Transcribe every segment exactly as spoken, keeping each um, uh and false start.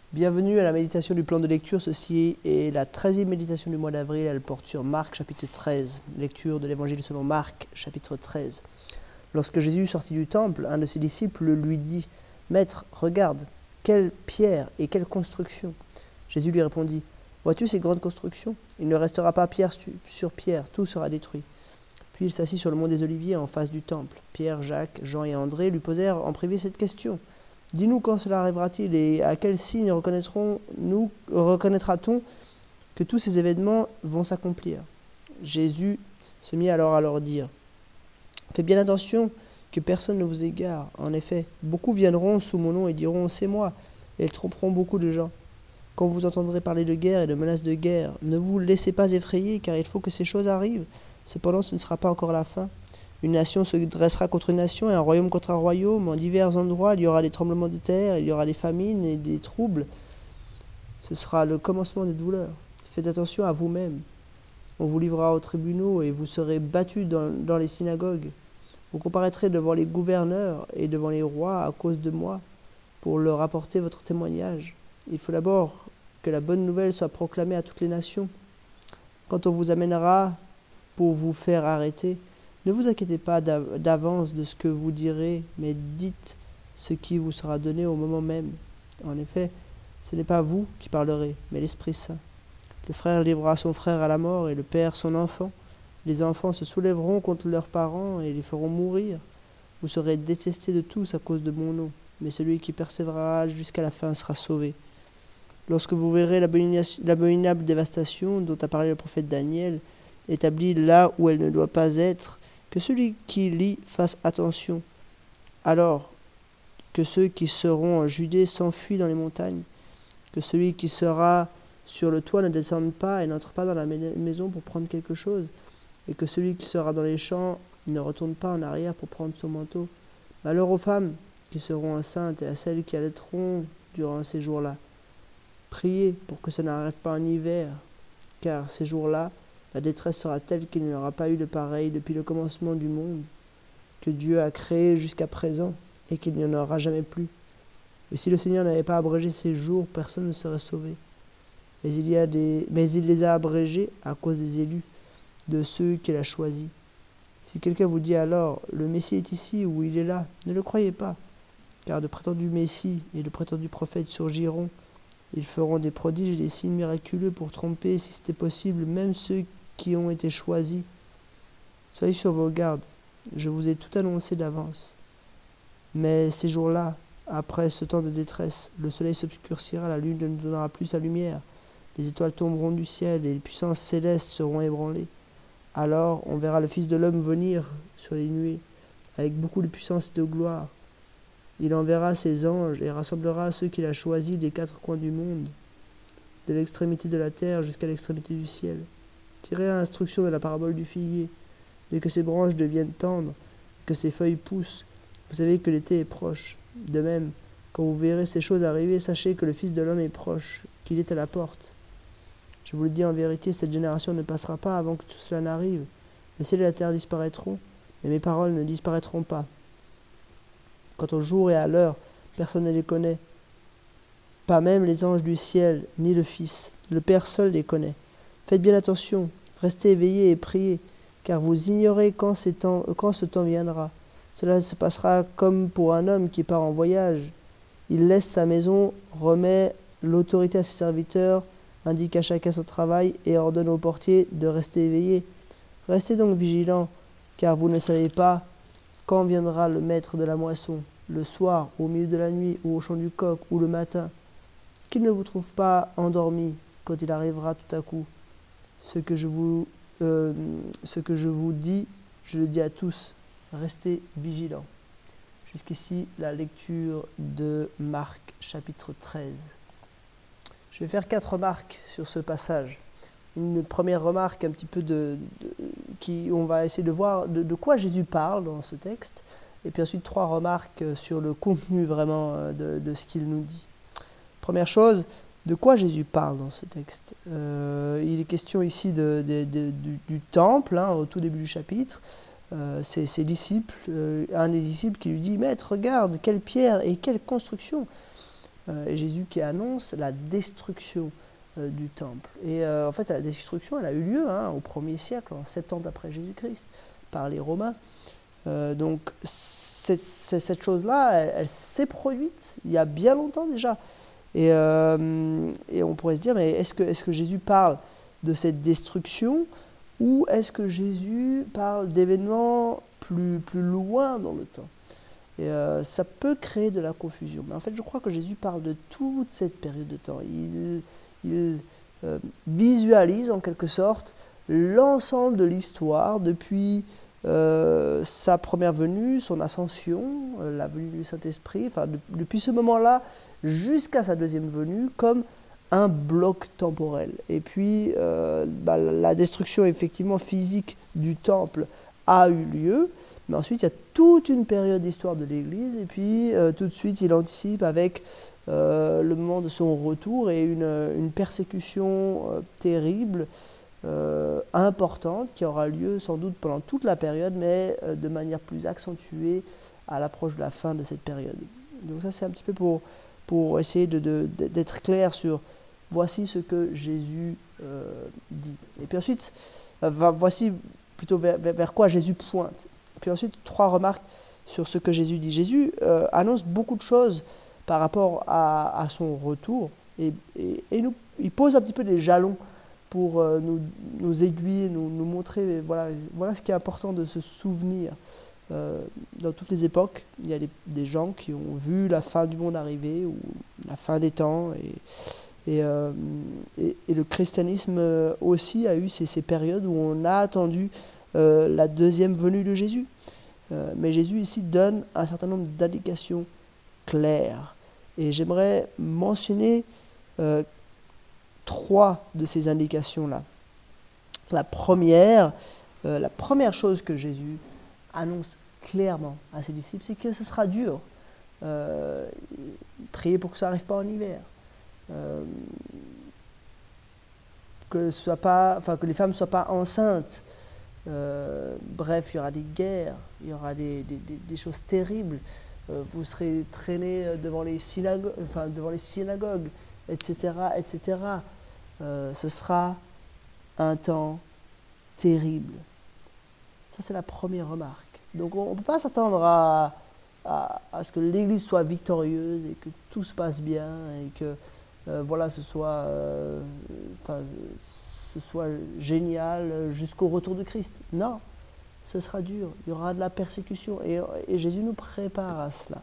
Bienvenue à la méditation du plan de lecture. Ceci est la treizième méditation du mois d'avril. Elle porte sur Marc, chapitre treize. Lecture de l'évangile selon Marc, chapitre treize. Lorsque Jésus sortit du temple, un de ses disciples lui dit « Maître, regarde, quelle pierre et quelle construction !» Jésus lui répondit « Vois-tu ces grandes constructions ? Il ne restera pas pierre sur pierre, tout sera détruit. » Puis il s'assit sur le mont des Oliviers en face du temple. Pierre, Jacques, Jean et André lui posèrent en privé cette question. « Dis-nous quand cela arrivera-t-il et à quel signe reconnaîtrons-nous, reconnaîtra-t-on que tous ces événements vont s'accomplir ?» Jésus se mit alors à leur dire « Faites bien attention que personne ne vous égare. En effet, beaucoup viendront sous mon nom et diront « C'est moi » et ils tromperont beaucoup de gens. Quand vous entendrez parler de guerre et de menaces de guerre, ne vous laissez pas effrayer car il faut que ces choses arrivent. Cependant, ce ne sera pas encore la fin. Une nation se dressera contre une nation et un royaume contre un royaume. En divers endroits, il y aura des tremblements de terre, il y aura des famines et des troubles. Ce sera le commencement des douleurs. Faites attention à vous-même. On vous livrera aux tribunaux et vous serez battus dans, dans les synagogues. Vous comparaîtrez devant les gouverneurs et devant les rois à cause de moi pour leur apporter votre témoignage. Il faut d'abord que la bonne nouvelle soit proclamée à toutes les nations. Quand on vous amènera pour vous faire arrêter, ne vous inquiétez pas d'avance de ce que vous direz, mais dites ce qui vous sera donné au moment même. En effet, ce n'est pas vous qui parlerez, mais l'Esprit Saint. Le frère livrera son frère à la mort et le père son enfant. Les enfants se soulèveront contre leurs parents et les feront mourir. Vous serez détestés de tous à cause de mon nom, mais celui qui persévérera jusqu'à la fin sera sauvé. Lorsque vous verrez l'abominable dévastation dont a parlé le prophète Daniel, établie là où elle ne doit pas être, que celui qui lit fasse attention. Alors que ceux qui seront en Judée s'enfuient dans les montagnes, que celui qui sera sur le toit ne descende pas et n'entre pas dans la maison pour prendre quelque chose, et que celui qui sera dans les champs ne retourne pas en arrière pour prendre son manteau. Malheur aux femmes qui seront enceintes et à celles qui allaiteront durant ces jours-là. Priez pour que ça n'arrive pas en hiver, car ces jours-là, la détresse sera telle qu'il n'y aura pas eu de pareil depuis le commencement du monde, que Dieu a créé jusqu'à présent, et qu'il n'y en aura jamais plus. Et si le Seigneur n'avait pas abrégé ces jours, personne ne serait sauvé. Mais il, y a des... Mais il les a abrégés à cause des élus, de ceux qu'il a choisis. Si quelqu'un vous dit alors, le Messie est ici ou il est là, ne le croyez pas, car de prétendus Messie et de prétendus prophètes surgiront. Ils feront des prodiges et des signes miraculeux pour tromper, si c'était possible, même ceux qui ont été choisis. Soyez sur vos gardes, je vous ai tout annoncé d'avance. Mais ces jours-là, après ce temps de détresse, le soleil s'obscurcira, la lune ne donnera plus sa lumière, les étoiles tomberont du ciel et les puissances célestes seront ébranlées. Alors on verra le Fils de l'homme venir sur les nuées, avec beaucoup de puissance et de gloire. Il enverra ses anges et rassemblera ceux qu'il a choisis des quatre coins du monde, de l'extrémité de la terre jusqu'à l'extrémité du ciel. Tirez instruction de la parabole du figuier, dès que ses branches deviennent tendres, et que ses feuilles poussent, vous savez que l'été est proche. De même, quand vous verrez ces choses arriver, sachez que le Fils de l'homme est proche, qu'il est à la porte. Je vous le dis en vérité, cette génération ne passera pas avant que tout cela n'arrive. Les ciels et la terre disparaîtront, mais mes paroles ne disparaîtront pas. Quant au jour et à l'heure, personne ne les connaît, pas même les anges du ciel, ni le Fils. Le Père seul les connaît. Faites bien attention, restez éveillés et priez, car vous ignorez quand, ces temps, quand ce temps viendra. Cela se passera comme pour un homme qui part en voyage. Il laisse sa maison, remet l'autorité à ses serviteurs, indique à chacun son travail et ordonne au portier de rester éveillé. Restez donc vigilants, car vous ne savez pas quand viendra le maître de la moisson, le soir, au milieu de la nuit, ou au chant du coq, ou le matin. Qu'il ne vous trouve pas endormis quand il arrivera tout à coup. Ce que je vous, euh, ce que je vous dis, je le dis à tous, restez vigilants. Jusqu'ici, la lecture de Marc, chapitre treize. Je vais faire quatre remarques sur ce passage. Une première remarque, un petit peu de, de qui, on va essayer de voir de, de quoi Jésus parle dans ce texte, et puis ensuite trois remarques sur le contenu vraiment de, de ce qu'il nous dit. Première chose, de quoi Jésus parle dans ce texte. Euh, il est question ici de, de, de, du, du temple, hein, au tout début du chapitre. Euh, c'est ses disciples, euh, un des disciples qui lui dit « Maître, regarde, quelle pierre et quelle construction !» euh, et Jésus qui annonce la destruction euh, du temple. Et euh, en fait, la destruction, elle a eu lieu hein, au premier siècle, en soixante-dix après Jésus-Christ, par les Romains. Euh, donc, cette, cette chose-là, elle, elle s'est produite il y a bien longtemps déjà. Et, euh, et on pourrait se dire, mais est-ce que, est-ce que Jésus parle de cette destruction ou est-ce que Jésus parle d'événements plus, plus loin dans le temps? Et euh, ça peut créer de la confusion. Mais en fait, je crois que Jésus parle de toute cette période de temps. Il, il euh, visualise en quelque sorte l'ensemble de l'histoire depuis euh, sa première venue, son ascension, euh, la venue du Saint-Esprit, enfin, de, depuis ce moment-là jusqu'à sa deuxième venue, comme un bloc temporel. Et puis, euh, bah, la destruction effectivement physique du temple a eu lieu, mais ensuite il y a toute une période d'histoire de l'Église, et puis euh, tout de suite il anticipe avec euh, le moment de son retour et une, une persécution euh, terrible, euh, importante, qui aura lieu sans doute pendant toute la période, mais euh, de manière plus accentuée à l'approche de la fin de cette période. Donc ça c'est un petit peu pour, pour essayer de, de, d'être clair sur voici ce que Jésus euh, dit. Et puis ensuite, euh, voici plutôt vers, vers, vers quoi Jésus pointe. Et puis ensuite, trois remarques sur ce que Jésus dit. Jésus euh, annonce beaucoup de choses par rapport à, à son retour et, et, et nous, il pose un petit peu des jalons pour euh, nous, nous aiguiller, nous, nous montrer, voilà, voilà ce qui est important de se souvenir. Euh, dans toutes les époques, il y a des, des gens qui ont vu la fin du monde arriver ou la fin des temps et Et, euh, et, et le christianisme aussi a eu ces, ces périodes où on a attendu euh, la deuxième venue de Jésus. Euh, mais Jésus ici donne un certain nombre d'indications claires. Et j'aimerais mentionner euh, trois de ces indications-là. La première, euh, la première chose que Jésus annonce clairement à ses disciples, c'est que ce sera dur. Euh, priez pour que ça n'arrive pas en hiver. Euh, que, ce soit pas, enfin, que les femmes ne soient pas enceintes. Euh, bref, il y aura des guerres, il y aura des, des, des, des choses terribles. Euh, vous serez traînés devant les synagogues, enfin, devant les synagogues, et cetera, et cetera. Euh, ce sera un temps terrible. Ça, c'est la première remarque. Donc, on ne peut pas s'attendre à, à, à ce que l'Église soit victorieuse et que tout se passe bien et que Euh, voilà, ce soit, euh, enfin, ce soit génial jusqu'au retour de Christ. Non, ce sera dur, il y aura de la persécution et, et Jésus nous prépare à cela.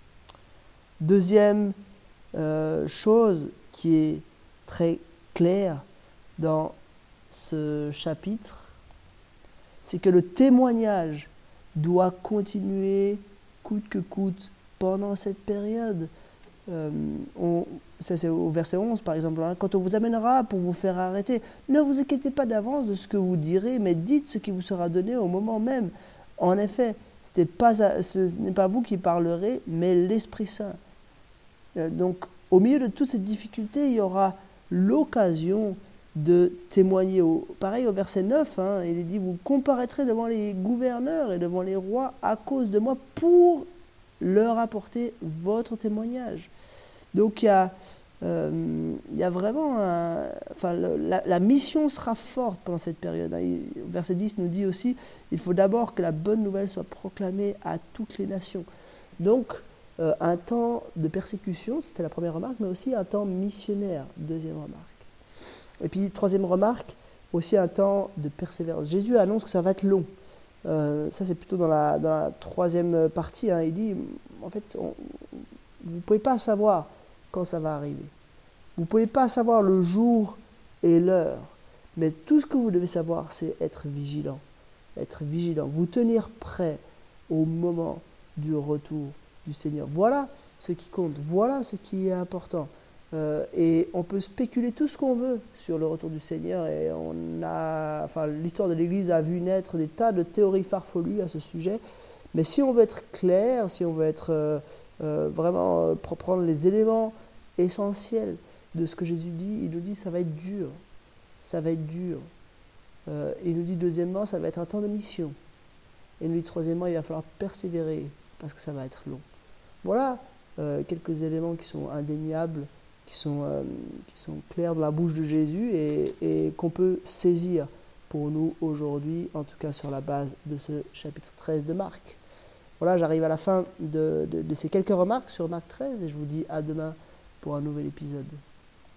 Deuxième euh, chose qui est très claire dans ce chapitre, c'est que le témoignage doit continuer coûte que coûte pendant cette période. Euh, on, ça c'est au verset onze par exemple, hein, quand on vous amènera pour vous faire arrêter, ne vous inquiétez pas d'avance de ce que vous direz, mais dites ce qui vous sera donné au moment même. En effet, ce n'est pas, à, ce n'est pas vous qui parlerez, mais l'Esprit Saint. Euh, donc, au milieu de toutes ces difficultés, il y aura l'occasion de témoigner. Au, pareil au verset neuf, hein, il dit, vous comparaîtrez devant les gouverneurs et devant les rois à cause de moi pour leur apporter votre témoignage. Donc il y a, euh, il y a vraiment un, enfin, le, la, la mission sera forte pendant cette période. Hein. Il, verset dix nous dit aussi, il faut d'abord que la bonne nouvelle soit proclamée à toutes les nations. Donc euh, un temps de persécution, c'était la première remarque, mais aussi un temps missionnaire, deuxième remarque. Et puis troisième remarque, aussi un temps de persévérance. Jésus annonce que ça va être long. Euh, ça c'est plutôt dans la, dans la troisième partie, hein. Il dit, en fait, on, vous ne pouvez pas savoir quand ça va arriver. Vous ne pouvez pas savoir le jour et l'heure, mais tout ce que vous devez savoir, c'est être vigilant. Être vigilant, vous tenir prêt au moment du retour du Seigneur. Voilà ce qui compte, voilà ce qui est important. Euh, et on peut spéculer tout ce qu'on veut sur le retour du Seigneur et on a, enfin, l'histoire de l'Église a vu naître des tas de théories farfelues à ce sujet, mais si on veut être clair, si on veut être euh, euh, vraiment euh, pour prendre les éléments essentiels de ce que Jésus dit, il nous dit ça va être dur, ça va être dur. Euh, il nous dit deuxièmement, ça va être un temps de mission. Et il nous dit troisièmement, il va falloir persévérer parce que ça va être long. Voilà euh, quelques éléments qui sont indéniables, qui sont, euh, qui sont clairs dans la bouche de Jésus et, et qu'on peut saisir pour nous aujourd'hui, en tout cas sur la base de ce chapitre treize de Marc. Voilà, j'arrive à la fin de, de, de ces quelques remarques sur Marc treize et je vous dis à demain pour un nouvel épisode.